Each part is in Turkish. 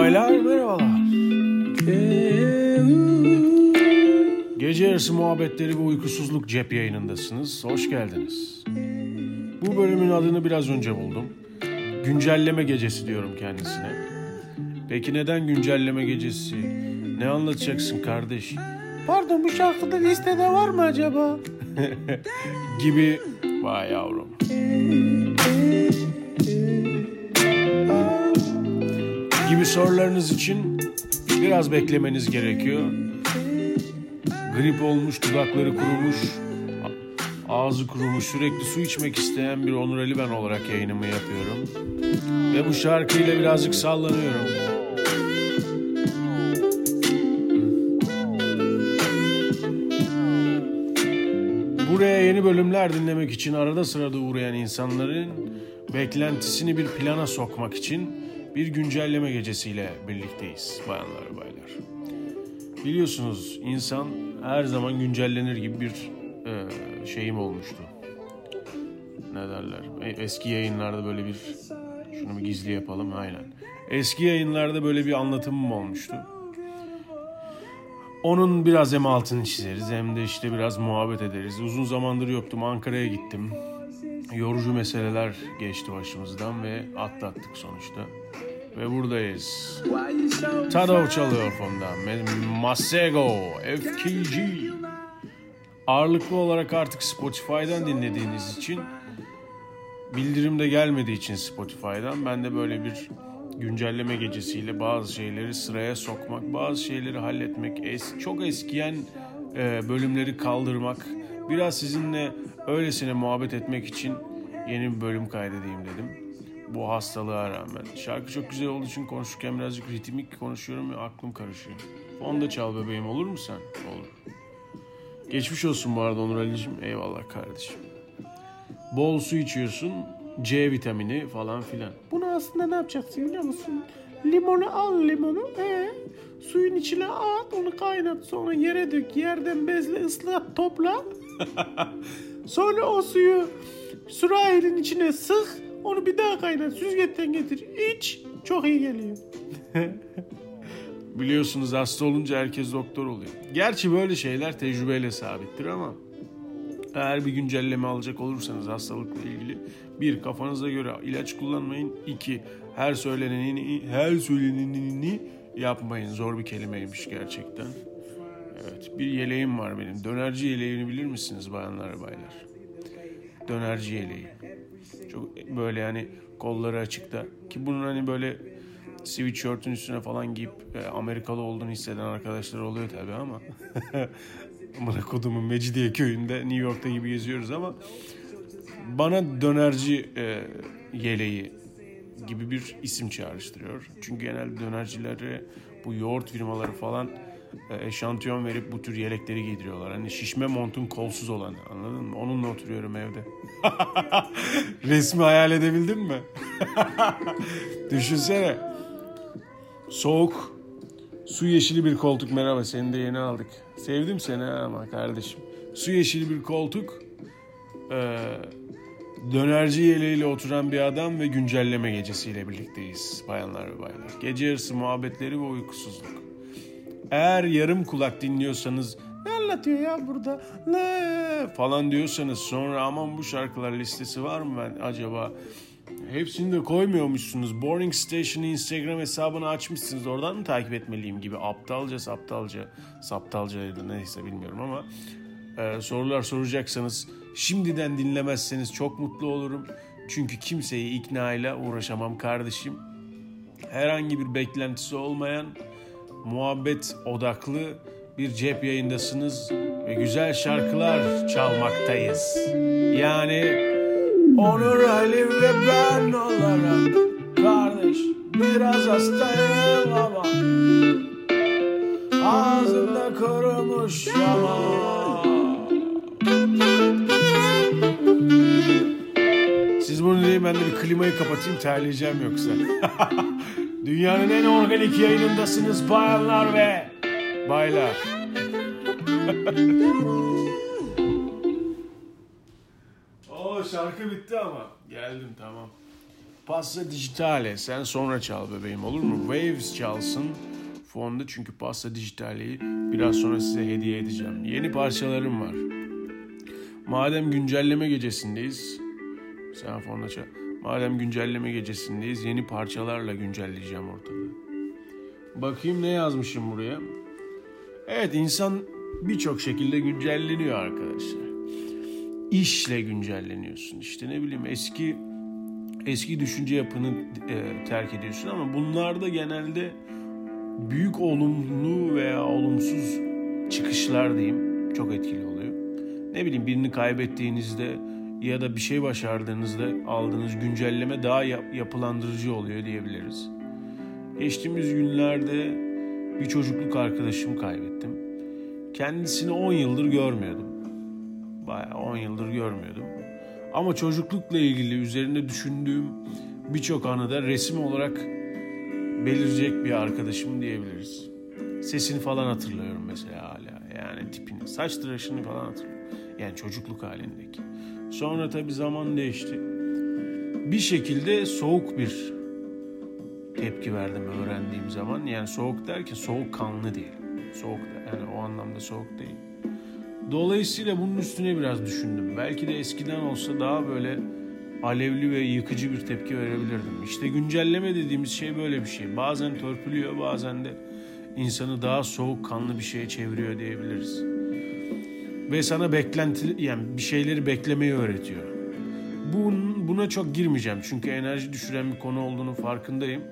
Baylar merhabalar. Gece yarısı muhabbetleri ve uykusuzluk cep yayınındasınız. Hoş geldiniz. Bu bölümün adını biraz önce buldum. Güncelleme gecesi diyorum kendisine. Peki neden güncelleme gecesi? Ne anlatacaksın kardeş? Pardon, bu şarkıda listede var mı acaba? Gibi. Vay yavrum. Gibi sorularınız için biraz beklemeniz gerekiyor. Grip olmuş, dudakları kurumuş, ağzı kurumuş, sürekli su içmek isteyen bir Onur Ali ben olarak yayınımı yapıyorum. Ve bu şarkıyla birazcık sallanıyorum. Buraya yeni bölümler dinlemek için arada sırada uğrayan insanların beklentisini bir plana sokmak için bir güncelleme gecesiyle birlikteyiz bayanlar ve baylar. Biliyorsunuz insan her zaman güncellenir gibi bir şeyim olmuştu. Ne derler? Eski yayınlarda böyle bir... Şunu bir gizli yapalım, aynen. Eski yayınlarda böyle bir anlatımım olmuştu. Onun biraz hem altını çizeriz hem de işte biraz muhabbet ederiz. Uzun zamandır yoktum, Ankara'ya gittim. Yorucu meseleler geçti başımızdan ve atlattık sonuçta. Ve buradayız. Tadov çalıyor fondan. Masego, FKG. Ağırlıklı olarak artık Spotify'dan dinlediğiniz için, bildirim de gelmediği için Spotify'dan, ben de böyle bir güncelleme gecesiyle bazı şeyleri sıraya sokmak, bazı şeyleri halletmek, çok eskiyen bölümleri kaldırmak, biraz sizinle öylesine muhabbet etmek için yeni bir bölüm kaydedeyim dedim. Bu hastalığa rağmen. Şarkı çok güzel olduğu için konuşurken birazcık ritmik konuşuyorum ve aklım karışıyor. Onu da çal bebeğim, olur mu sen? Olur. Geçmiş olsun bu arada Onur Ali'cim. Eyvallah kardeşim. Bol su içiyorsun. C vitamini falan filan. Bunu aslında ne yapacaksın biliyor musun? Limonu al, suyun içine at, onu kaynat, sonra yere dök, yerden bezle ıslat, topla. Sonra o suyu sürahinin içine sık, onu bir daha kaynat, süzgeçten getir, iç, çok iyi geliyor. Biliyorsunuz hasta olunca herkes doktor oluyor. Gerçi böyle şeyler tecrübeyle sabittir ama eğer bir güncelleme alacak olursanız hastalıkla ilgili, bir, kafanıza göre ilaç kullanmayın. 2, her söyleneni yapmayın. Zor bir kelimeymiş gerçekten. Evet, bir yeleğim var benim. Dönerci yeleğini bilir misiniz bayanlar ve baylar? Dönerci yeleği. Çok böyle yani kolları açıkta. Ki bunun hani böyle sweatshirt'ün üstüne falan giyip Amerikalı olduğunu hisseden arkadaşlar oluyor tabii ama amına kodumun Mecidiye köyünde New York'ta gibi geziyoruz ama bana dönerci yeleği gibi bir isim çağrıştırıyor. Çünkü genelde dönercilere bu yoğurt firmaları falan eşantiyon verip bu tür yelekleri giydiriyorlar. Hani şişme montun kolsuz olanı, anladın mı? Onunla oturuyorum evde. Resmi hayal edebildin mi? Düşünsene. Soğuk, su yeşili bir koltuk. Merhaba, seni de yeni aldık. Sevdim seni ama kardeşim. Su yeşili bir koltuk, dönerci yeleğiyle oturan bir adam ve güncelleme gecesiyle birlikteyiz bayanlar ve baylar. Gece yarısı muhabbetleri ve uykusuzluk. Eğer yarım kulak dinliyorsanız, ne anlatıyor ya burada, ne falan diyorsanız, sonra aman bu şarkılar listesi var mı ben acaba? Hepsini de koymuyormuşsunuz. Boring Station'ı Instagram hesabını açmışsınız. Oradan mı takip etmeliyim gibi saptalcaydı neyse bilmiyorum ama sorular soracaksanız şimdiden dinlemezseniz çok mutlu olurum. Çünkü kimseyi ikna ile uğraşamam kardeşim. Herhangi bir beklentisi olmayan, muhabbet odaklı bir cep yayındasınız ve güzel şarkılar çalmaktayız. Yani Onur Ali ve ben olarak kardeş, biraz hastayım ama ağzımda kurumuş ama. Siz bunu deyin, ben de bir klimayı kapatayım, terleyeceğim yoksa. Dünyanın en organik yayınındasınız bayanlar ve baylar. Şarkı bitti ama. Geldim, tamam. Pasta Digitale sen sonra çal bebeğim, olur mu? Waves çalsın fonda, çünkü Pasta Digitale'yi biraz sonra size hediye edeceğim. Yeni parçalarım var. Madem güncelleme gecesindeyiz, sen fonda çal. Madem güncelleme gecesindeyiz, yeni parçalarla güncelleyeceğim ortalığı. Bakayım ne yazmışım buraya. Evet, insan birçok şekilde güncelleniyor arkadaşlar. İşle güncelleniyorsun. İşte ne bileyim, eski düşünce yapını terk ediyorsun, ama bunlarda genelde büyük olumlu veya olumsuz çıkışlar diyeyim çok etkili oluyor. Ne bileyim, birini kaybettiğinizde ya da bir şey başardığınızda aldığınız güncelleme daha yapılandırıcı oluyor diyebiliriz. Geçtiğimiz günlerde bir çocukluk arkadaşımı kaybettim. Kendisini 10 yıldır görmüyordum. Bayağı 10 yıldır görmüyordum. Ama çocuklukla ilgili üzerinde düşündüğüm birçok anıda resim olarak belirecek bir arkadaşım diyebiliriz. Sesini falan hatırlıyorum mesela hala. Yani tipini, saç tıraşını falan hatırlıyorum. Yani çocukluk halindeki. Sonra tabii zaman değişti. Bir şekilde soğuk bir tepki verdim öğrendiğim zaman. Yani soğuk derken soğukkanlı değil. Soğuk, yani o anlamda soğuk değil. Dolayısıyla bunun üstüne biraz düşündüm. Belki de eskiden olsa daha böyle alevli ve yıkıcı bir tepki verebilirdim. İşte güncelleme dediğimiz şey böyle bir şey. Bazen törpülüyor, bazen de insanı daha soğukkanlı bir şeye çeviriyor diyebiliriz. Ve sana yani bir şeyleri beklemeyi öğretiyor. Buna çok girmeyeceğim çünkü enerji düşüren bir konu olduğunu farkındayım.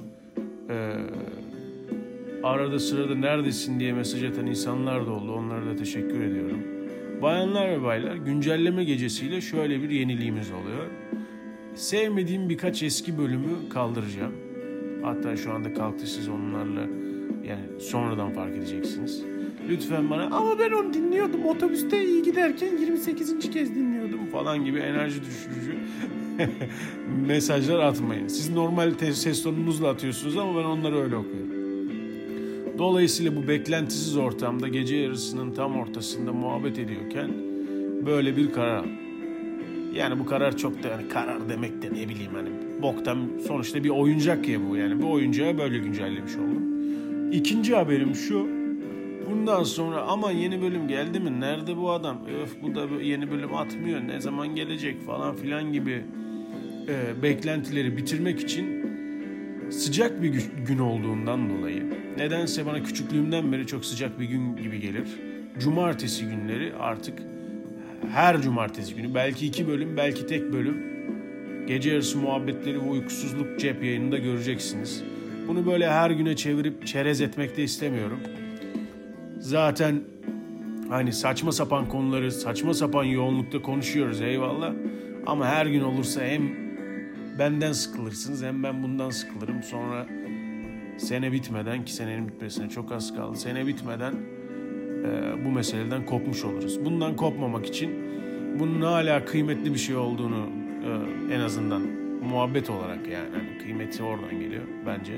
Arada sırada neredesin diye mesaj atan insanlar da oldu. Onlara da teşekkür ediyorum. Bayanlar ve baylar, güncelleme gecesiyle şöyle bir yeniliğimiz oluyor. Sevmediğim birkaç eski bölümü kaldıracağım. Hatta şu anda kalktı, siz onlarla yani sonradan fark edeceksiniz. Lütfen bana "ama ben onu dinliyordum otobüste iyi giderken 28. kez dinliyordum" falan gibi enerji düşürücü mesajlar atmayın. Siz normal ses tonunuzla atıyorsunuz ama ben onları öyle okuyorum. Dolayısıyla bu beklentisiz ortamda gece yarısının tam ortasında muhabbet ediyorken böyle bir karar. Yani bu karar çok da, yani karar demek de ne bileyim, hani boktan, sonuçta bir oyuncak ya bu, yani bu oyuncağı böyle güncellemiş oldum. İkinci haberim şu: bundan sonra aman yeni bölüm geldi mi, nerede bu adam, bu da yeni bölüm atmıyor, ne zaman gelecek falan filan gibi beklentileri bitirmek için sıcak bir gün olduğundan dolayı, nedense bana küçüklüğümden beri çok sıcak bir gün gibi gelir. Cumartesi günleri artık her cumartesi günü belki 2 bölüm, belki tek bölüm gece yarısı muhabbetleri ve uykusuzluk cep yayınında göreceksiniz. Bunu böyle her güne çevirip çerez etmek de istemiyorum. Zaten hani saçma sapan konuları saçma sapan yoğunlukta konuşuyoruz, eyvallah. Ama her gün olursa hem benden sıkılırsınız hem ben bundan sıkılırım. Sonra sene bitmeden, ki senenin bitmesine çok az kaldı, sene bitmeden bu meseleden kopmuş oluruz. Bundan kopmamak için bunun hala kıymetli bir şey olduğunu en azından muhabbet olarak, yani hani kıymeti oradan geliyor bence.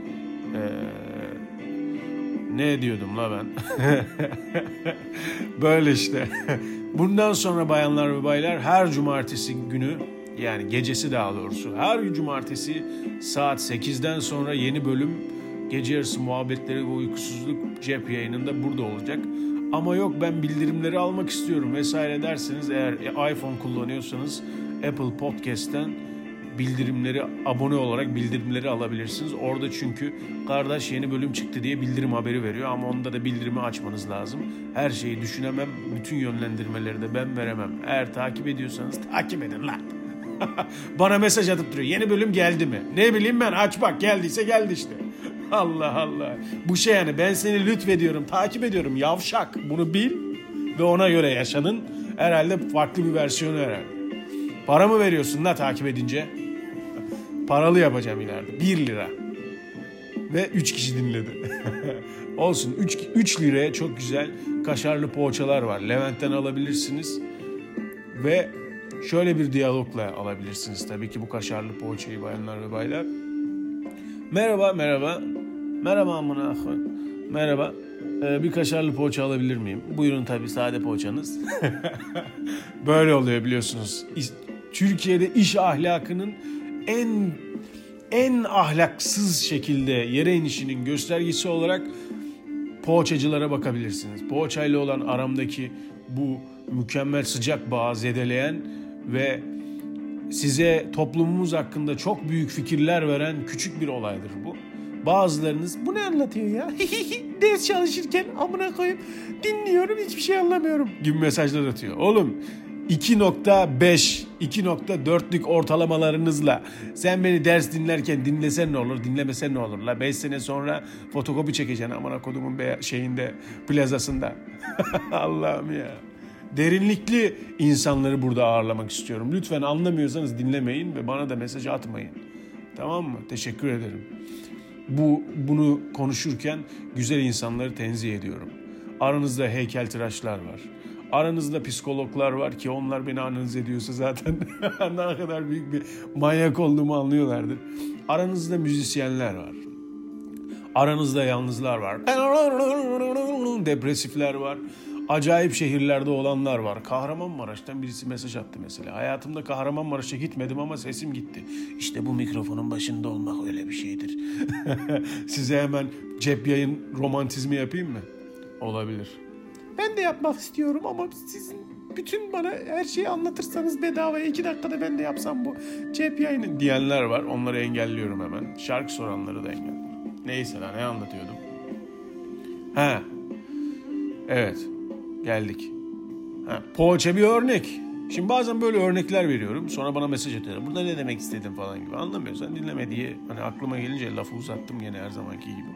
Ne diyordum la ben? Böyle işte. Bundan sonra bayanlar ve baylar, her cumartesi günü, yani gecesi daha doğrusu, her cumartesi saat 8'den sonra yeni bölüm gece yarısı muhabbetleri ve uykusuzluk cep yayınında burada olacak. Ama yok ben bildirimleri almak istiyorum vesaire derseniz, eğer iPhone kullanıyorsanız Apple Podcast'ten bildirimleri, abone olarak bildirimleri alabilirsiniz. Orada çünkü kardeş yeni bölüm çıktı diye bildirim haberi veriyor, ama onda da bildirimi açmanız lazım. Her şeyi düşünemem, bütün yönlendirmeleri de ben veremem. Eğer takip ediyorsanız takip edin lan. Bana mesaj atıp duruyor, yeni bölüm geldi mi? Ne bileyim ben, aç bak, geldiyse geldi işte. Allah Allah. Bu şey, yani ben seni lütfediyorum, takip ediyorum yavşak. Bunu bil ve ona göre yaşadın. Herhalde farklı bir versiyonu herhalde. Para mı veriyorsun la takip edince? Paralı yapacağım ileride. 1 lira. Ve 3 kişi dinledi. Olsun. 3 liraya çok güzel kaşarlı poğaçalar var. Levent'ten alabilirsiniz. Ve şöyle bir diyalogla alabilirsiniz tabii ki bu kaşarlı poğaçayı bayanlar ve baylar. Merhaba. Merhaba amına koyayım. Merhaba. Bir kaşarlı poğaça alabilir miyim? Buyurun tabii, sade poğaçanız. Böyle oluyor biliyorsunuz. Türkiye'de iş ahlakının en ahlaksız şekilde yere inişinin göstergesi olarak poğaçacılara bakabilirsiniz. Poğaçayla olan aramdaki bu mükemmel sıcak bağı zedeleyen ve size toplumumuz hakkında çok büyük fikirler veren küçük bir olaydır bu. Bazılarınız bu ne anlatıyor ya? Ders çalışırken amına koyup dinliyorum, hiçbir şey anlamıyorum gibi mesajlar atıyor. Oğlum 2.5, 2.4'lük ortalamalarınızla sen beni ders dinlerken dinlesen ne olur, dinlemesen ne olur la? 5 sene sonra fotokopi çekeceksin amına kodumun şeyinde, plazasında. Allah'ım ya. Derinlikli insanları burada ağırlamak istiyorum. Lütfen anlamıyorsanız dinlemeyin ve bana da mesaj atmayın. Tamam mı? Teşekkür ederim. Bunu konuşurken güzel insanları tenzih ediyorum. Aranızda heykeltıraşlar var. Aranızda psikologlar var ki onlar beni analiz ediyorsa zaten ne kadar büyük bir manyak olduğumu anlıyorlardır. Aranızda müzisyenler var. Aranızda yalnızlar var. Depresifler var. Acayip şehirlerde olanlar var. Kahramanmaraş'tan birisi mesaj attı mesela. Hayatımda Kahramanmaraş'a gitmedim ama sesim gitti. İşte bu mikrofonun başında olmak öyle bir şeydir. Size hemen cep yayın romantizmi yapayım mı? Olabilir. Ben de yapmak istiyorum ama sizin bütün bana her şeyi anlatırsanız bedavaya 2 dakikada ben de yapsam bu cep yayını diyenler var. Onları engelliyorum hemen. Şarkı soranları da engelliyorum. Neyse lan, ne anlatıyordum? Evet. Geldik. Poğaça bir örnek. Şimdi bazen böyle örnekler veriyorum. Sonra bana mesaj atıyorlar. Burada ne demek istedim falan gibi. Anlamıyorsan dinleme diye. Hani aklıma gelince lafı uzattım yine her zamanki gibi.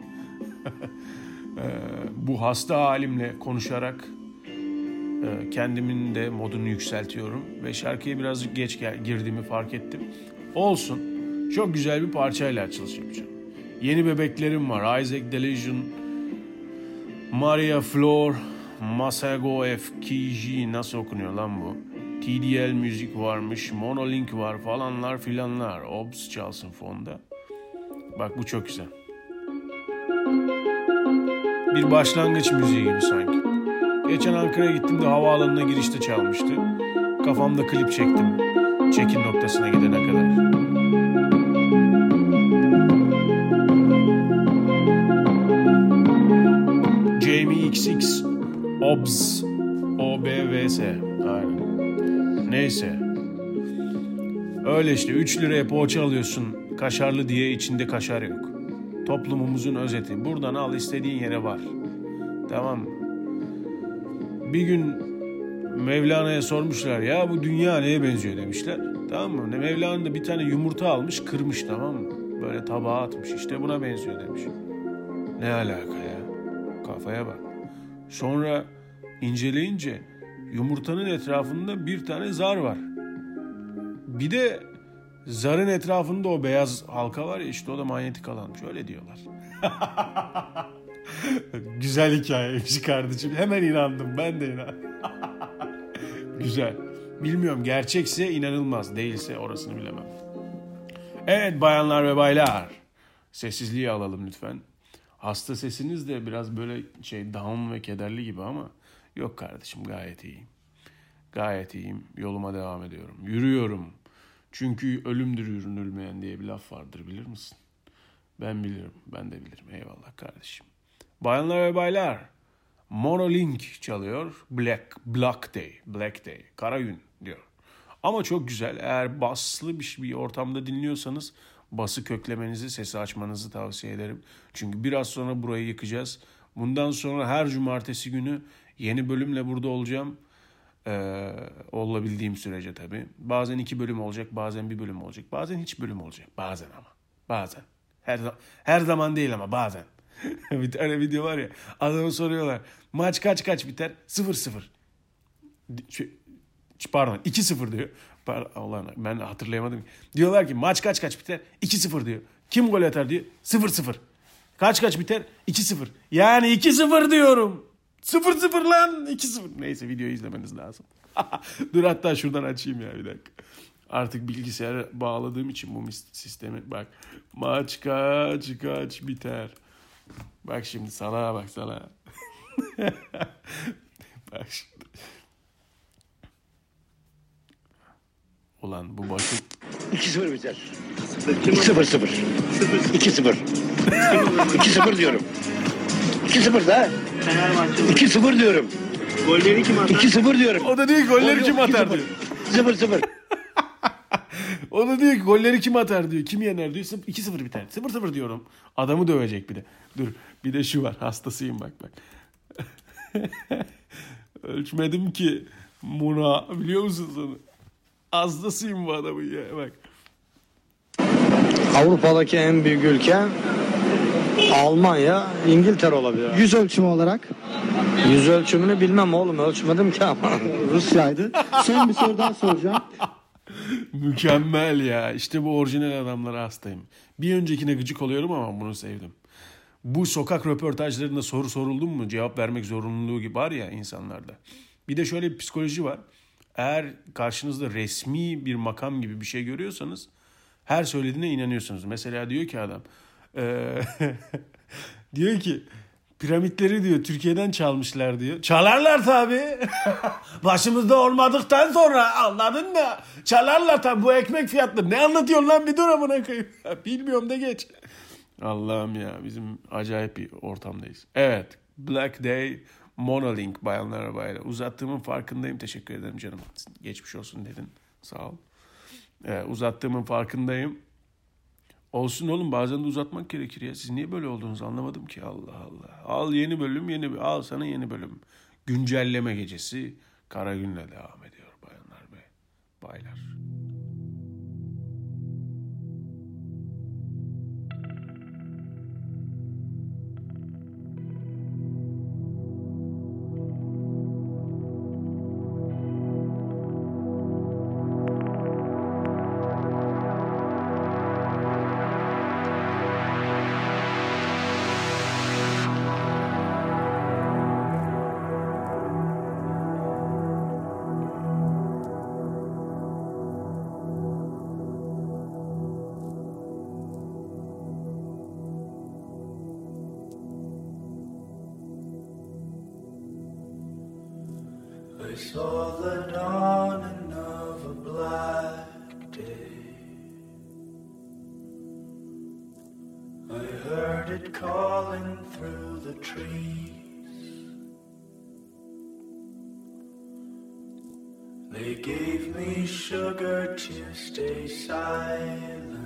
Bu hasta halimle konuşarak kendimin de modunu yükseltiyorum. Ve şarkıya birazcık geç girdiğimi fark ettim. Olsun. Çok güzel bir parçayla açılış yapacağım. Yeni bebeklerim var. Isaac Delusion, Maria Flor, Masago FKG, nasıl okunuyor lan bu? TDL müzik varmış, Monolink var falanlar filanlar. Obs çalsın fonda. Bak bu çok güzel. Bir başlangıç müziği gibi sanki. Geçen Ankara'ya gittim de havaalanına girişte çalmıştı. Kafamda klip çektim. Check-in noktasına gidene kadar. Jamie XX Obs OBVS. Aynen. Neyse. Öyle işte 3 liraya poğaça alıyorsun. Kaşarlı diye, içinde kaşar yok. Toplumumuzun özeti. Buradan al, istediğin yere var. Tamam mı? Bir gün Mevlana'ya sormuşlar. Ya bu dünya neye benziyor demişler. Tamam mı? Mevlana da bir tane yumurta almış, kırmış, tamam mı? Böyle tabağa atmış. İşte buna benziyor demiş. Ne alaka ya? Kafaya bak. Sonra inceleyince yumurtanın etrafında bir tane zar var. Bir de zarın etrafında o beyaz halka var ya, işte o da manyetik alanmış. Öyle diyorlar. Güzel hikayeymiş kardeşim. Hemen inandım. Ben de inandım. Güzel. Bilmiyorum, gerçekse inanılmaz. Değilse orasını bilemem. Evet bayanlar ve baylar. Sessizliği alalım lütfen. Hasta sesiniz de biraz böyle down ve kederli gibi ama yok kardeşim, gayet iyiyim. Gayet iyiyim. Yoluma devam ediyorum. Yürüyorum. Çünkü ölümdür yürünülmeyen diye bir laf vardır, bilir misin? Ben bilirim. Ben de bilirim. Eyvallah kardeşim. Bayanlar ve baylar. Monolink çalıyor. Black Day. Kara gün diyor. Ama çok güzel. Eğer baslı bir ortamda dinliyorsanız bası köklemenizi, sesi açmanızı tavsiye ederim. Çünkü biraz sonra burayı yıkacağız. Bundan sonra her cumartesi günü yeni bölümle burada olacağım. Olabildiğim sürece tabii. Bazen 2 bölüm olacak, bazen 1 bölüm olacak. Bazen hiç bölüm olacak. Bazen ama. Bazen. Her zaman değil ama bazen. Bir tane video var ya. Adamı soruyorlar. Maç kaç biter? 0-0. Pardon 2-0 diyor. Ulan ben hatırlayamadım. Diyorlar ki maç kaç biter? 2-0 diyor. Kim gol atar diyor. 0-0. Kaç biter? 2-0. Yani 2-0 diyorum. 0-0 lan. 2-0. Neyse videoyu izlemeniz lazım. Dur hatta şuradan açayım ya bir dakika. Artık bilgisayara bağladığım için bu sistemi. Bak maç kaç biter. Bak şimdi salağa bak salağa. Bak şimdi. Ulan bu başı... 2-0 biter. 0-0. 2-0. 2-0 diyorum. 2-0 da. 2-0 diyorum. Golleri kim atar? 2-0 diyorum. O da diyor ki golleri kim atar diyor. 0-0. O da diyor ki golleri kim atar diyor. Kim yener diyor. 2-0 biter. 0-0 diyorum. Adamı dövecek bir de. Dur bir de şu var. Hastasıyım bak. Ölçmedim ki Muna. Biliyor musunuz onu? Hastasıyım bu adamın ya. Bak. Avrupa'daki en büyük ülke Almanya, İngiltere olabilir. Yüz ölçümü olarak Yüz ölçümünü bilmem oğlum, ölçmedim ki ama. Rusya'ydı. Son bir soru daha soracağım. Mükemmel ya. İşte bu orijinal adamlara hastayım. Bir öncekine gıcık oluyorum ama bunu sevdim. Bu sokak röportajlarında soru soruldu mu cevap vermek zorunluluğu gibi var ya insanlarda. Bir de şöyle bir psikoloji var. Eğer karşınızda resmi bir makam gibi bir şey görüyorsanız her söylediğine inanıyorsunuz. Mesela diyor ki adam diyor ki piramitleri diyor Türkiye'den çalmışlar diyor. Çalarlar tabii. Başımızda olmadıktan sonra anladın mı? Çalarlar tabii bu ekmek fiyatları. Ne anlatıyorsun lan bir dur amına koyayım. Bilmiyorum da geç. Allah'ım ya bizim acayip bir ortamdayız. Evet Black Day Monolink bayanlara baylar. Uzattığımın farkındayım. Teşekkür ederim canım. Geçmiş olsun dedin. Sağ ol. Uzattığımın farkındayım. Olsun oğlum bazen de uzatmak gerekir ya. Siz niye böyle olduğunuzu anlamadım ki. Allah Allah. Al yeni bölüm al sana yeni bölüm. Güncelleme gecesi Kara Gün'le devam ediyor bayanlar ve baylar. I saw the dawning of a black day. I heard it calling through the trees. They gave me sugar to stay silent.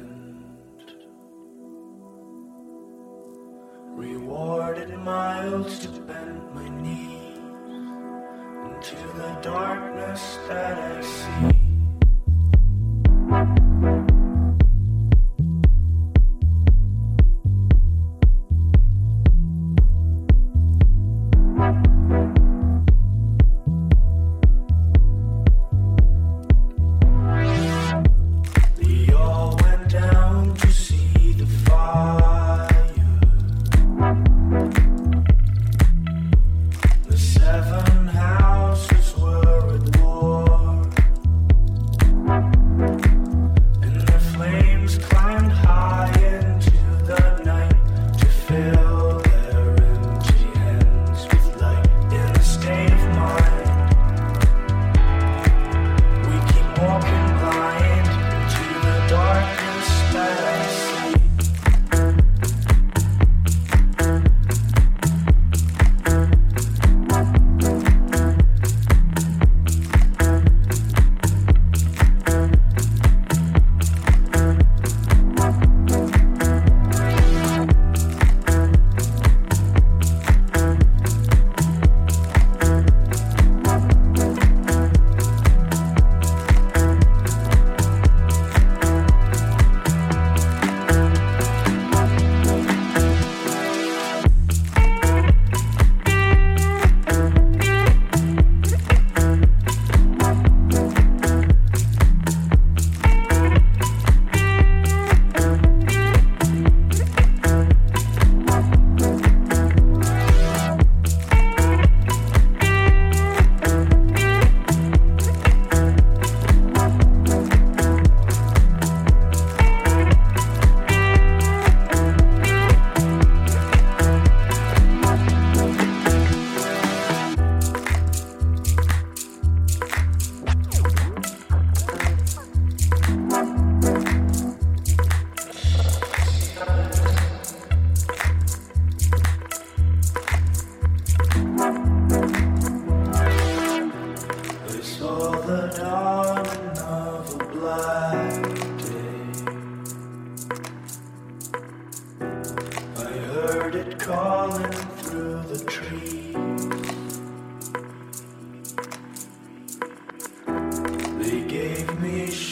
Rewarded miles to bend my knees to the darkness that I see. They all went down to see the fire. The 7 houses were at war.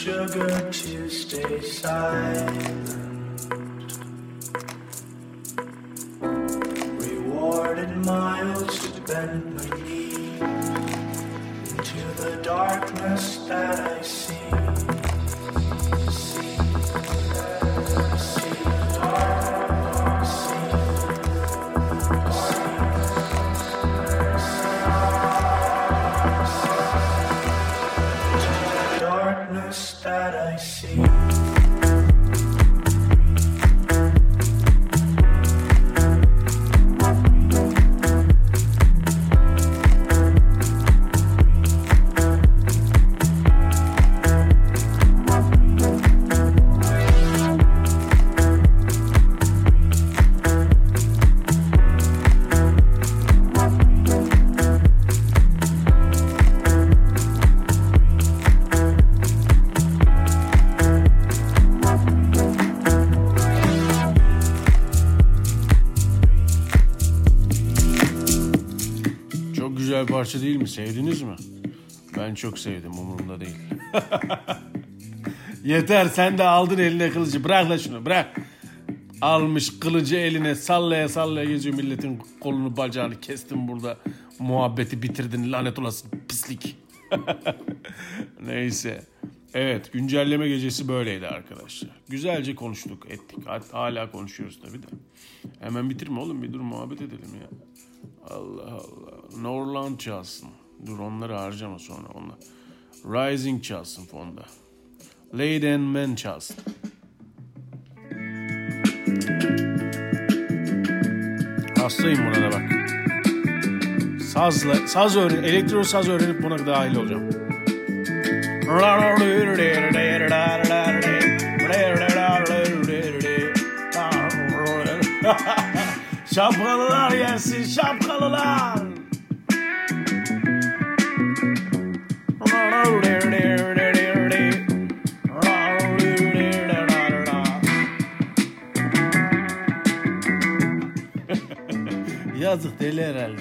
sugar to stay silent. Rewarded miles to bend my knee into the darkness that I see. That I see. Güzel parça değil mi? Sevdiniz mi? Ben çok sevdim. Umurumda değil. Yeter, sen de aldın eline kılıcı. Bırak la şunu, bırak. Almış kılıcı eline, sallaya sallaya geziyor, milletin kolunu bacağını kestin burada. Muhabbeti bitirdin, lanet olası pislik. Neyse. Evet, güncelleme gecesi böyleydi arkadaşlar. Güzelce konuştuk, ettik. Hala konuşuyoruz tabii de. Hemen bitirme oğlum, bir dur muhabbet edelim ya. Allah Allah. Norland çalsın. Dur, onları harcama sonra onlar. Rising çalsın fonda. Lady and Man çalsın. Hastayım buna da bak. Saz öğren, elektro saz öğrenip buna dahil olacağım. Şapkalılar gelsin, şapkalılar. Yazık deli herhalde.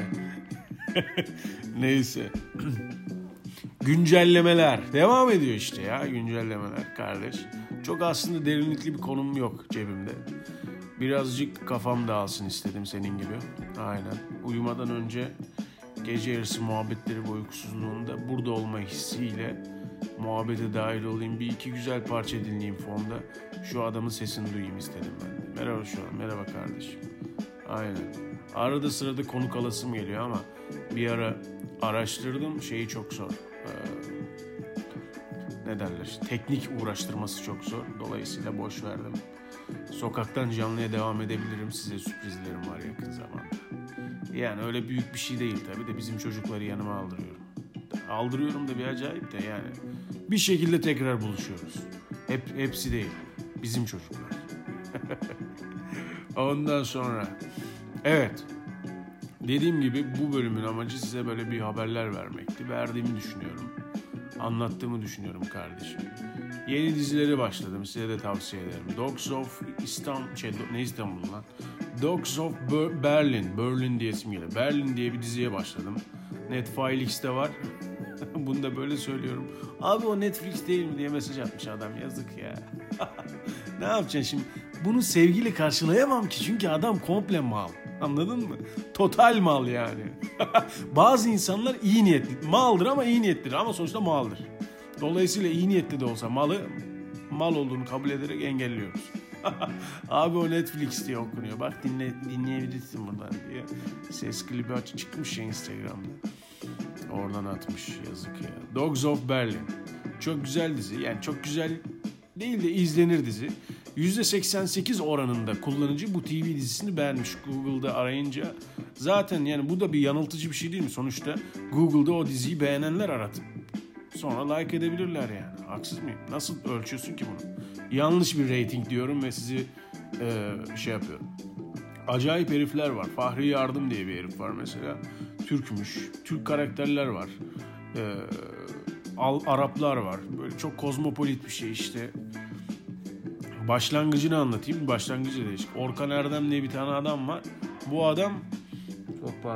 Neyse. Güncellemeler. Devam ediyor işte ya, güncellemeler kardeş. Çok aslında derinlikli bir konum yok cebimde. Birazcık kafam dağılsın istedim senin gibi. Aynen. Uyumadan önce gece yarısı muhabbetleri ve uykusuzluğunda burada olma hissiyle muhabbete dahil olayım. Bir iki güzel parça dinleyeyim fonda. Şu adamın sesini duyayım istedim ben. Merhaba şu an. Merhaba kardeşim. Aynen. Arada sırada konuk alasım geliyor ama bir ara araştırdım. Şeyi çok zor. Ne derler? Teknik uğraştırması çok zor. Dolayısıyla boş verdim. Sokaktan canlıya devam edebilirim. Size sürprizlerim var yakın zamanda. Yani öyle büyük bir şey değil tabii de bizim çocukları yanıma aldırıyorum. Aldırıyorum da bir acayip de yani. Bir şekilde tekrar buluşuyoruz. Hepsi değil. Bizim çocuklar. Ondan sonra evet. Dediğim gibi bu bölümün amacı size böyle bir haberler vermekti. Verdiğimi düşünüyorum. Anlattığımı düşünüyorum kardeşim. Yeni dizileri başladım. Size de tavsiye ederim. Dogs of İstanbul lan? Dogs of Berlin. Berlin diye isim geliyor. Berlin diye bir diziye başladım. Netflix'te var. Bunu da böyle söylüyorum. Abi o Netflix değil mi diye mesaj atmış adam. Yazık ya. Ne yapacaksın şimdi? Bunu sevgiyle karşılayamam ki. Çünkü adam komple mal. Anladın mı? Total mal yani. Bazı insanlar iyi niyetli. Maldır ama iyi niyetlidir. Ama sonuçta maldır. Dolayısıyla iyi niyetli de olsa mal olduğunu kabul ederek engelliyoruz. Abi o Netflix diye okunuyor. Bak dinleyebilirsin buradan diye. Ses klibi açık çıkmış ya Instagram'da. Oradan atmış, yazık ya. Dogs of Berlin. Çok güzel dizi. Yani çok güzel değil de izlenir dizi. %88 oranında kullanıcı bu TV dizisini beğenmiş. Google'da arayınca zaten yani bu da bir yanıltıcı bir şey değil mi? Sonuçta Google'da o diziyi beğenenler aratıp sonra like edebilirler yani. Haksız mıyım? Nasıl ölçüyorsun ki bunu? Yanlış bir rating diyorum ve sizi şey yapıyorum. Acayip herifler var. Fahri Yardım diye bir herif var mesela. Türkmüş. Türk karakterler var. Araplar var. Böyle çok kozmopolit bir şey işte. Başlangıcını anlatayım. Başlangıcı da işte. Orkan Erdem diye bir tane adam var. Bu adam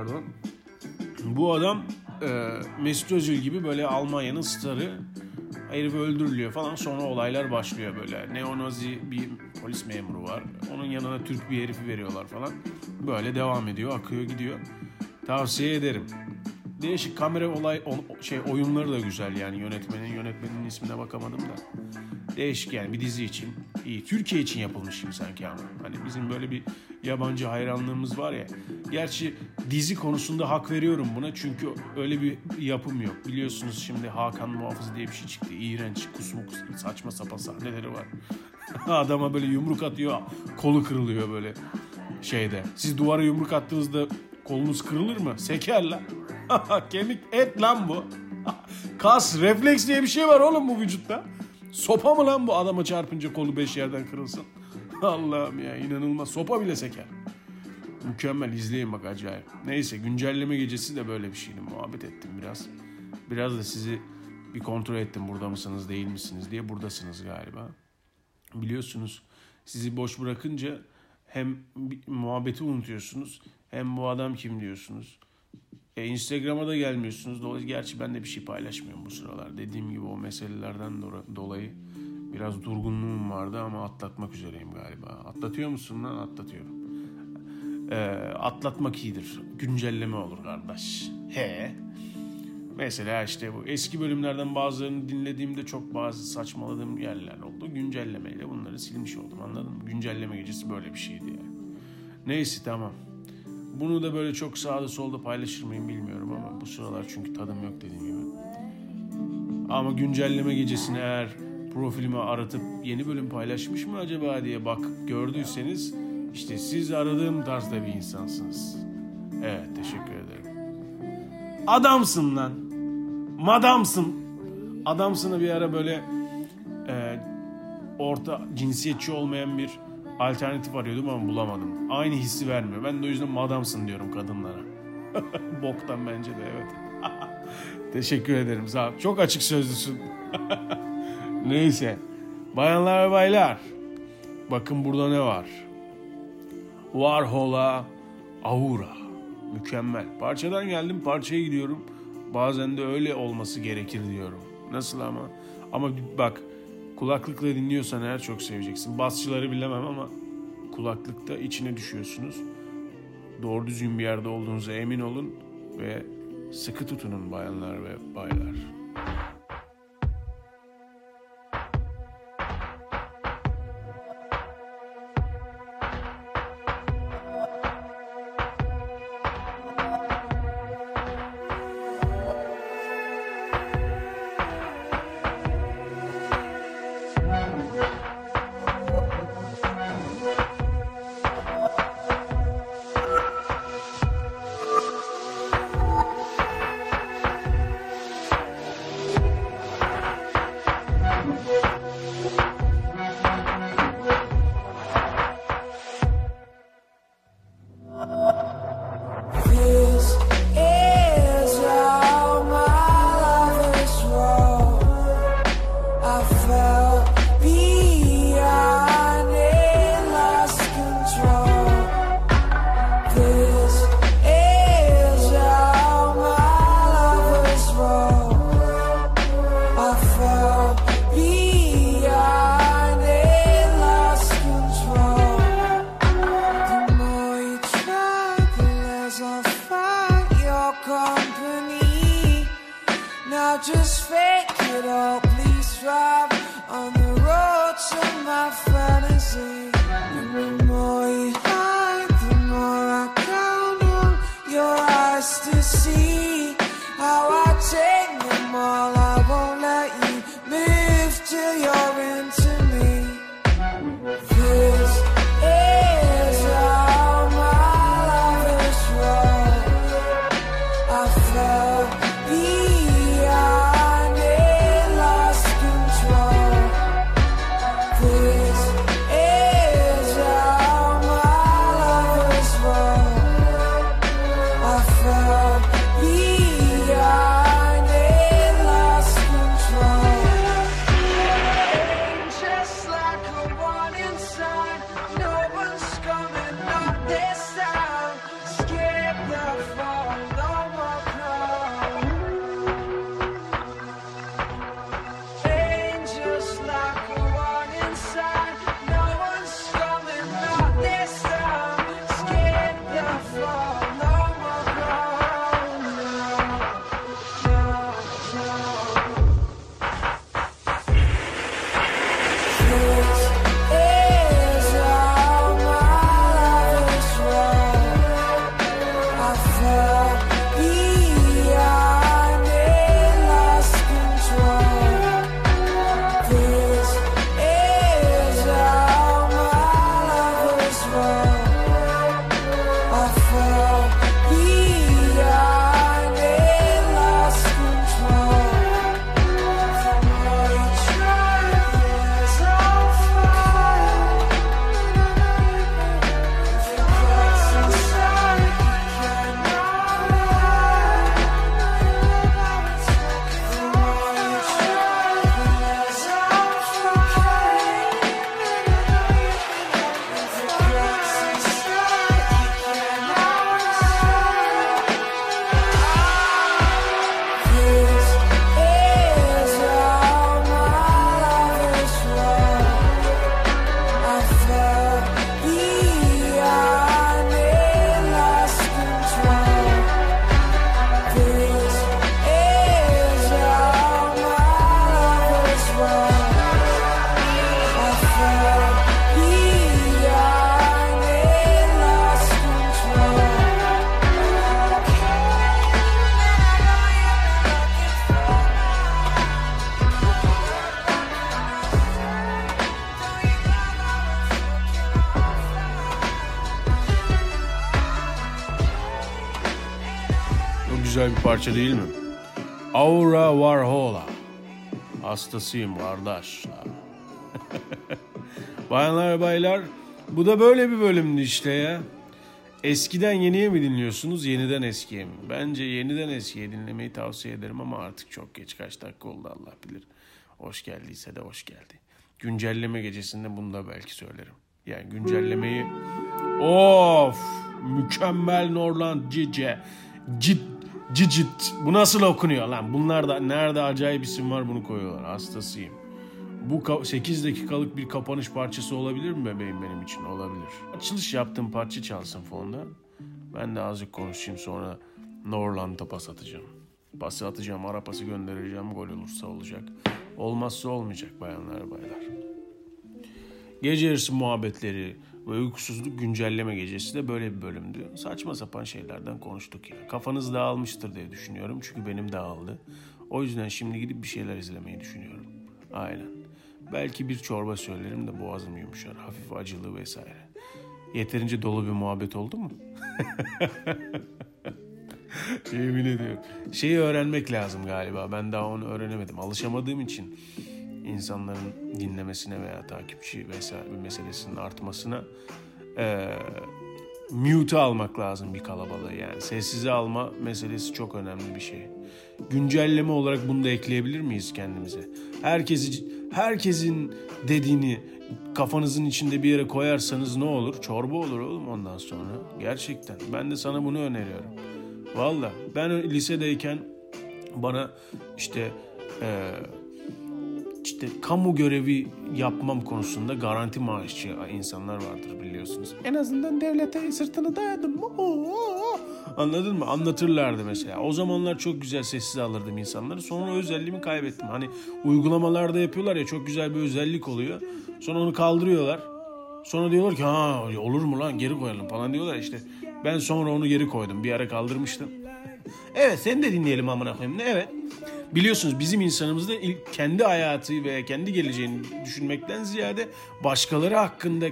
Bu adam Mesut Özil gibi böyle Almanya'nın starı. Herif öldürülüyor falan, sonra olaylar başlıyor böyle. Neonazi bir polis memuru var. Onun yanına Türk bir herifi veriyorlar falan. Böyle devam ediyor, akıyor gidiyor. Tavsiye ederim. Değişik kamera oyunları da güzel yani, yönetmenin ismine bakamadım da. Değişik yani, bir dizi için iyi. Türkiye için yapılmış gibi sanki ama. Hani bizim böyle bir yabancı hayranlığımız var ya. Gerçi dizi konusunda hak veriyorum buna, çünkü öyle bir yapım yok. Biliyorsunuz şimdi Hakan Muhafız diye bir şey çıktı. İğrenç, kusmuk, saçma sapan sahneleri var. Adama böyle yumruk atıyor, kolu kırılıyor böyle şeyde. Siz duvara yumruk attığınızda kolunuz kırılır mı? Seker lan. Kemik, et lan bu. Kas, refleks diye bir şey var oğlum bu vücutta. Sopa mı lan bu, adama çarpınca kolu 5 yerden kırılsın? Allah'ım ya, inanılmaz. Sopa bile seker. Mükemmel, izleyin bak, acayip. Neyse, güncelleme gecesi de böyle bir şeydi. Muhabbet ettim biraz. Biraz da sizi bir kontrol ettim, burada mısınız değil misiniz diye. Buradasınız galiba. Biliyorsunuz, sizi boş bırakınca hem muhabbeti unutuyorsunuz, hem bu adam kim diyorsunuz. Instagram'a da gelmiyorsunuz. Dolayısıyla gerçi ben de bir şey paylaşmıyorum bu sıralar. Dediğim gibi o meselelerden dolayı biraz durgunluğum vardı ama atlatmak üzereyim galiba. Atlatıyor musun lan? Atlatıyorum. Atlatmak iyidir. Güncelleme olur kardeş. Mesela işte bu eski bölümlerden bazılarını dinlediğimde çok bazı saçmaladığım yerler oldu. Güncellemeyle bunları silmiş oldum, anladın mı? Güncelleme gecesi böyle bir şeydi yani. Neyse, tamam. Bunu da böyle çok sağda solda paylaşır mıyım bilmiyorum ama bu sıralar çünkü tadım yok dediğim gibi. Ama güncelleme gecesini eğer profilimi aratıp yeni bölüm paylaşmış mı acaba diye gördüyseniz, işte siz aradığım tarzda bir insansınız. Evet, teşekkür ederim. Adamsın lan. Madamsın. Adamsın'a bir ara böyle orta cinsiyetçi olmayan bir alternatif arıyordum ama bulamadım. Aynı hissi vermiyor. Ben de o yüzden madamsın diyorum kadınlara. Boktan bence de, evet. Teşekkür ederim, sağ ol. Çok açık sözlüsün. Neyse. Bayanlar ve baylar. Bakın burada ne var. Warhol'a Aura. Mükemmel. Parçadan geldim, parçaya gidiyorum. Bazen de öyle olması gerekir diyorum. Nasıl ama? Ama bak, kulaklıkla dinliyorsan eğer çok seveceksin. Basçıları bilemem ama kulaklıkta içine düşüyorsunuz. Doğru düzgün bir yerde olduğunuza emin olun ve sıkı tutunun bayanlar ve baylar. güzel bir parça değil mi? Aura Warhol'a. Hastasıyım kardeş. Bayanlar ve baylar, bu da böyle bir bölümdü işte ya. Eskiden yeniye mi dinliyorsunuz, yeniden eskiye mi? Bence yeniden eskiye dinlemeyi tavsiye ederim ama artık çok geç. Kaç dakika oldu Allah bilir. Hoş geldiyse de hoş geldi. Güncelleme gecesinde bunu da belki söylerim. Yani güncellemeyi... Of! Mükemmel Norland Cice. Cicit. Bu nasıl okunuyor lan? Bunlar da nerede acayip isim var bunu koyuyorlar. Hastasıyım. Bu 8 dakikalık bir kapanış parçası olabilir mi bebeğim benim için? Olabilir. Açılış yaptığım parça çalsın fonda. Ben de azıcık konuşayım sonra Norland'a pas atacağım. Pası atacağım, ara pası göndereceğim. Gol olursa olacak. Olmazsa olmayacak bayanlar baylar. Gece yarısı muhabbetleri ve uykusuzluk güncelleme gecesi de böyle bir bölümdü. Saçma sapan şeylerden konuştuk ya. Kafanız dağılmıştır diye düşünüyorum. Çünkü benim dağıldı. O yüzden şimdi gidip bir şeyler izlemeyi düşünüyorum. Aynen. Belki bir çorba söylerim de boğazım yumuşar. Hafif acılı vesaire. Yeterince dolu bir muhabbet oldu mu? Yemin ediyorum. Şeyi öğrenmek lazım galiba. Ben daha onu öğrenemedim. Alışamadığım için insanların dinlemesine veya takipçi vesaire bir meselesinin artmasına mute almak lazım bir kalabalığı. Yani sessize alma meselesi çok önemli bir şey. Güncelleme olarak bunu da ekleyebilir miyiz kendimize? Herkesin dediğini kafanızın içinde bir yere koyarsanız ne olur? Çorba olur oğlum ondan sonra. Gerçekten. Ben de sana bunu öneriyorum. Vallahi ben lisedeyken bana işte kamu görevi yapmam konusunda garanti maaşçı insanlar vardır biliyorsunuz. En azından devlete sırtını dayadın mı? Anladın mı? Anlatırlardı mesela. O zamanlar çok güzel sessiz alırdım insanları. Sonra o özelliğimi kaybettim. Hani uygulamalarda yapıyorlar ya çok güzel bir özellik oluyor. Sonra onu kaldırıyorlar. Sonra diyorlar ki olur mu lan geri koyalım falan diyorlar işte. Ben sonra onu geri koydum. Bir ara kaldırmıştım. Evet seni de dinleyelim amına koyayım. Evet. Biliyorsunuz bizim insanımızda kendi hayatı ve kendi geleceğini düşünmekten ziyade başkaları hakkında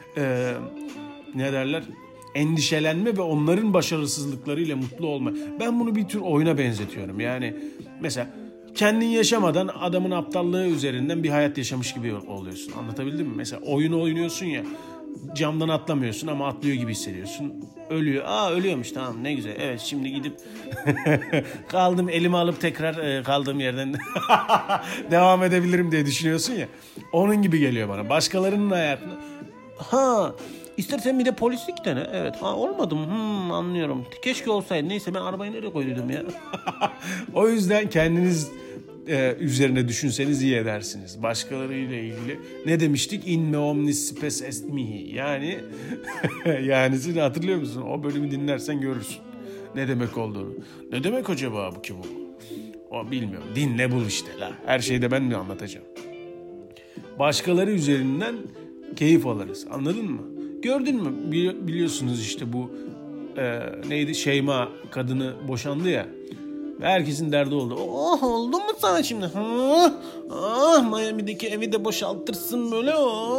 endişelenme ve onların başarısızlıklarıyla mutlu olma. Ben bunu bir tür oyuna benzetiyorum. Yani mesela kendin yaşamadan adamın aptallığı üzerinden bir hayat yaşamış gibi oluyorsun. Anlatabildim mi? Mesela oyunu oynuyorsun ya. Camdan atlamıyorsun ama atlıyor gibi hissediyorsun. Ölüyor. Ölüyormuş tamam ne güzel. Evet şimdi gidip kaldım elimi alıp tekrar kaldığım yerden devam edebilirim diye düşünüyorsun ya. Onun gibi geliyor bana. Başkalarının hayatına. İstersen bir de polislik dene. Evet. Olmadı mı? Anlıyorum. Keşke olsaydı. Neyse ben arabayı nereye koydum ya? O yüzden kendiniz üzerine düşünseniz iyi edersiniz. Başkalarıyla ilgili ne demiştik? In me omnis spes est mihi. Yani yani hatırlıyor musun? O bölümü dinlersen görürsün. Ne demek olduğunu. Ne demek acaba bu ki bu? O bilmiyorum. Dinle bul işte la. Her şeyi de ben mi anlatacağım? Başkaları üzerinden keyif alırız. Anladın mı? Gördün mü? Biliyorsunuz işte bu neydi? Şeyma kadını boşandı ya. Herkesin derdi oldu. Oldu mu sana şimdi? Miami'deki evi de boşaltırsın böyle.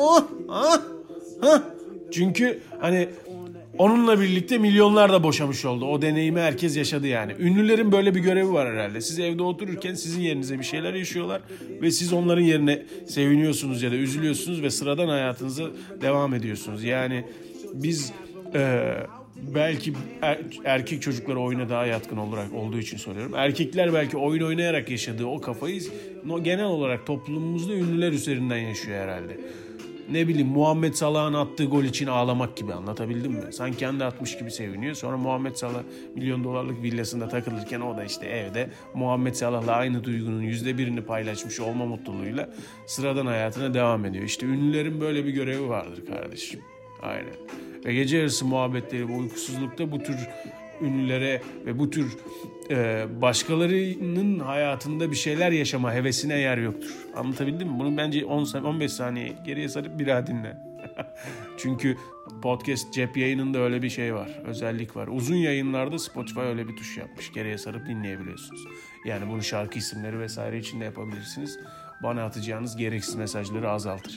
Çünkü hani onunla birlikte milyonlar da boşamış oldu. O deneyimi herkes yaşadı yani. Ünlülerin böyle bir görevi var herhalde. Siz evde otururken sizin yerinize bir şeyler yaşıyorlar ve siz onların yerine seviniyorsunuz ya da üzülüyorsunuz ve sıradan hayatınıza devam ediyorsunuz. Yani biz belki erkek çocukları oyuna daha yatkın olarak olduğu için söylüyorum. Erkekler belki oyun oynayarak yaşadığı o kafayı genel olarak toplumumuzda ünlüler üzerinden yaşıyor herhalde. Ne bileyim Muhammed Salah'ın attığı gol için ağlamak gibi anlatabildim mi? Sanki kendi atmış gibi seviniyor. Sonra Muhammed Salah milyon dolarlık villasında takılırken o da işte evde Muhammed Salah'la aynı duygunun %1'ini paylaşmış olma mutluluğuyla sıradan hayatına devam ediyor. İşte ünlülerin böyle bir görevi vardır kardeşim. Aynen. Ve gece yarısı muhabbetleri ve uykusuzlukta bu tür ünlülere ve bu tür başkalarının hayatında bir şeyler yaşama hevesine yer yoktur. Anlatabildim mi? Bunu bence 15 saniye geriye sarıp bir daha dinle. Çünkü podcast cep yayınında öyle bir şey var. Özellik var. Uzun yayınlarda Spotify öyle bir tuş yapmış. Geriye sarıp dinleyebiliyorsunuz. Yani bunu şarkı isimleri vesaire için de yapabilirsiniz. Bana atacağınız gereksiz mesajları azaltır.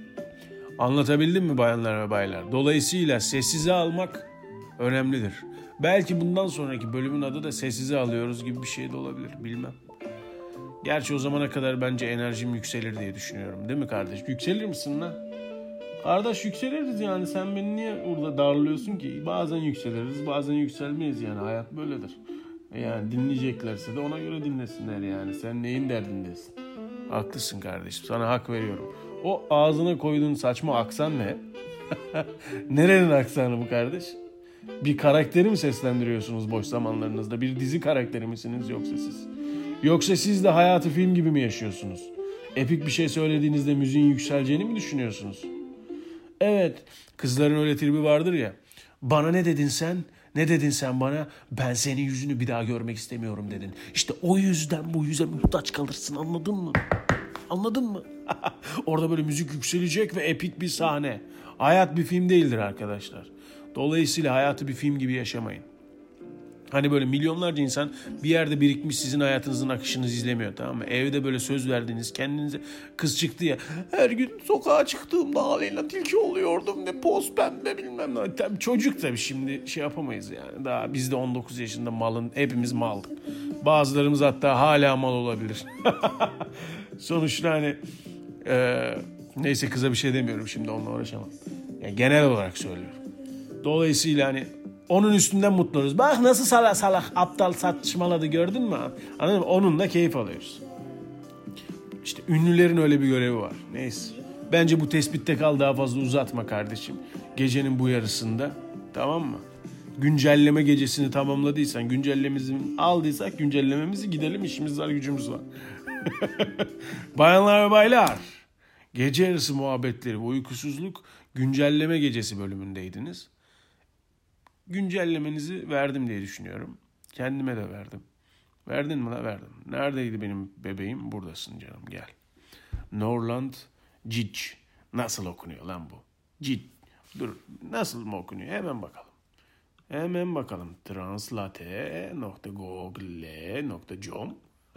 Anlatabildim mi bayanlar ve baylar? Dolayısıyla sessize almak önemlidir. Belki bundan sonraki bölümün adı da Sessize Alıyoruz gibi bir şey de olabilir. Bilmem. Gerçi o zamana kadar bence enerjim yükselir diye düşünüyorum. Değil mi kardeş? Yükselir misin lan? Kardeş yükseliriz yani. Sen beni niye orada darlıyorsun ki? Bazen yükseliriz, bazen yükselmeyiz yani. Hayat böyledir. Yani dinleyeceklerse de ona göre dinlesinler yani. Sen neyin derdindesin? Haklısın kardeşim. Sana hak veriyorum. O ağzına koyduğun saçma aksan ne? Nerenin aksanı bu kardeş? Bir karakteri mi seslendiriyorsunuz boş zamanlarınızda? Bir dizi karakteri misiniz yoksa siz? Yoksa siz de hayatı film gibi mi yaşıyorsunuz? Epik bir şey söylediğinizde müziğin yükseleceğini mi düşünüyorsunuz? Evet, kızların öyle tribi vardır ya. Bana ne dedin sen? Ne dedin sen bana? Ben senin yüzünü bir daha görmek istemiyorum dedin. İşte o yüzden bu yüze muhtaç kalırsın, anladın mı? Anladın mı? Orada böyle müzik yükselecek ve epik bir sahne. Hayat bir film değildir arkadaşlar. Dolayısıyla hayatı bir film gibi yaşamayın. Hani böyle milyonlarca insan bir yerde birikmiş sizin hayatınızın akışını izlemiyor, tamam mı? Evde böyle söz verdiğiniz kendinize, kız çıktı ya, her gün sokağa çıktığımda Aleyna Tilki oluyordum, ne poz pembe bilmem ne. Tabii çocuk tabii, şimdi şey yapamayız yani. Daha biz de 19 yaşında malın, hepimiz mal. Bazılarımız hatta hala mal olabilir. Sonuçta hani neyse, kıza bir şey demiyorum şimdi, onunla uğraşamam. Yani genel olarak söylüyorum. Dolayısıyla hani onun üstünden mutlu oluruz. Bak nasıl salak salak aptal saçmaladı, gördün mü? Anladın mı? Onunla keyif alıyoruz. İşte ünlülerin öyle bir görevi var. Neyse. Bence bu tespitte kal, daha fazla uzatma kardeşim. Gecenin bu yarısında. Tamam mı? Güncelleme gecesini tamamladıysan, güncellememizi aldıysak güncellememizi, gidelim, işimiz var, gücümüz var. Bayanlar ve baylar, gece yarısı muhabbetleri ve uykusuzluk güncelleme gecesi bölümündeydiniz. Güncellemenizi verdim diye düşünüyorum. Kendime de verdim. Verdin mi la? Verdim. Neredeydi benim bebeğim? Buradasın canım, gel. Norland Cic. Nasıl okunuyor lan bu? Cic. Dur, nasıl mı okunuyor? Hemen bakalım. Hemen bakalım. Translate.google.com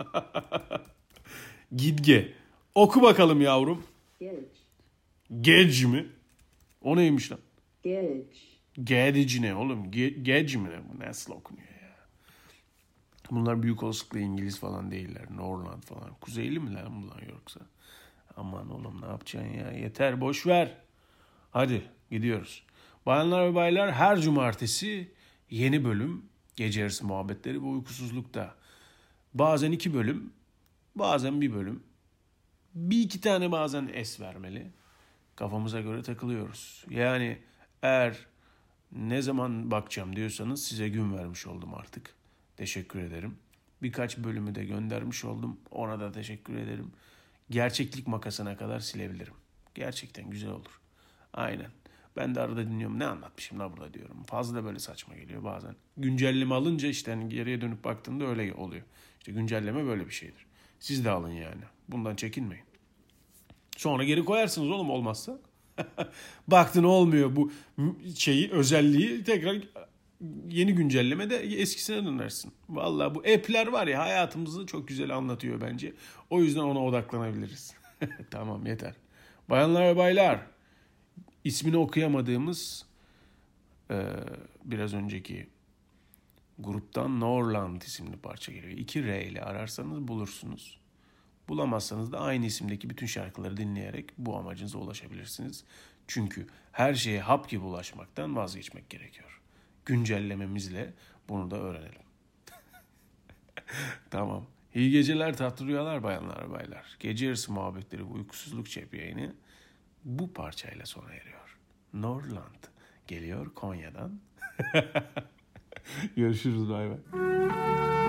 Gidge. Oku bakalım yavrum. Gec mi? O neymiş lan? Gedici ne oğlum? Gec mi ne? Bu nasıl okunuyor ya? Bunlar büyük olasılıkla İngiliz falan değiller. Norland falan. Kuzeyli mi lan bunlar yoksa? Aman oğlum, ne yapacaksın ya? Yeter, boş ver. Hadi gidiyoruz. Bayanlar ve baylar, her cumartesi yeni bölüm. Gece yarısı muhabbetleri ve uykusuzlukta. Bazen 2 bölüm. Bazen 1 bölüm. 1-2 tane bazen es vermeli. Kafamıza göre takılıyoruz. Yani eğer ne zaman bakacağım diyorsanız size gün vermiş oldum artık. Teşekkür ederim. Birkaç bölümü de göndermiş oldum. Ona da teşekkür ederim. Gerçeklik makasına kadar silebilirim. Gerçekten güzel olur. Aynen. Ben de arada dinliyorum. Ne anlatmışım la burada diyorum. Fazla böyle saçma geliyor bazen. Güncelleme alınca işte hani geriye dönüp baktığımda öyle oluyor. İşte güncelleme böyle bir şeydir. Siz de alın yani. Bundan çekinmeyin. Sonra geri koyarsınız oğlum, olmazsa. Baktın olmuyor bu şeyi, özelliği, tekrar yeni güncellemede eskisine dönersin. Vallahi bu app'ler var ya, hayatımızı çok güzel anlatıyor bence. O yüzden ona odaklanabiliriz. Tamam, yeter. Bayanlar ve baylar, ismini okuyamadığımız biraz önceki gruptan Norland isimli parça geliyor. 2 R ile ararsanız bulursunuz. Bulamazsanız da aynı isimdeki bütün şarkıları dinleyerek bu amacınıza ulaşabilirsiniz. Çünkü her şeye hap gibi ulaşmaktan vazgeçmek gerekiyor. Güncellememizle bunu da öğrenelim. Tamam. İyi geceler, tatlı rüyalar bayanlar ve baylar. Gece yarısı muhabbetleri ve uykusuzluk cep yayını bu parçayla sona eriyor. Norland geliyor Konya'dan. Görüşürüz, bay bay.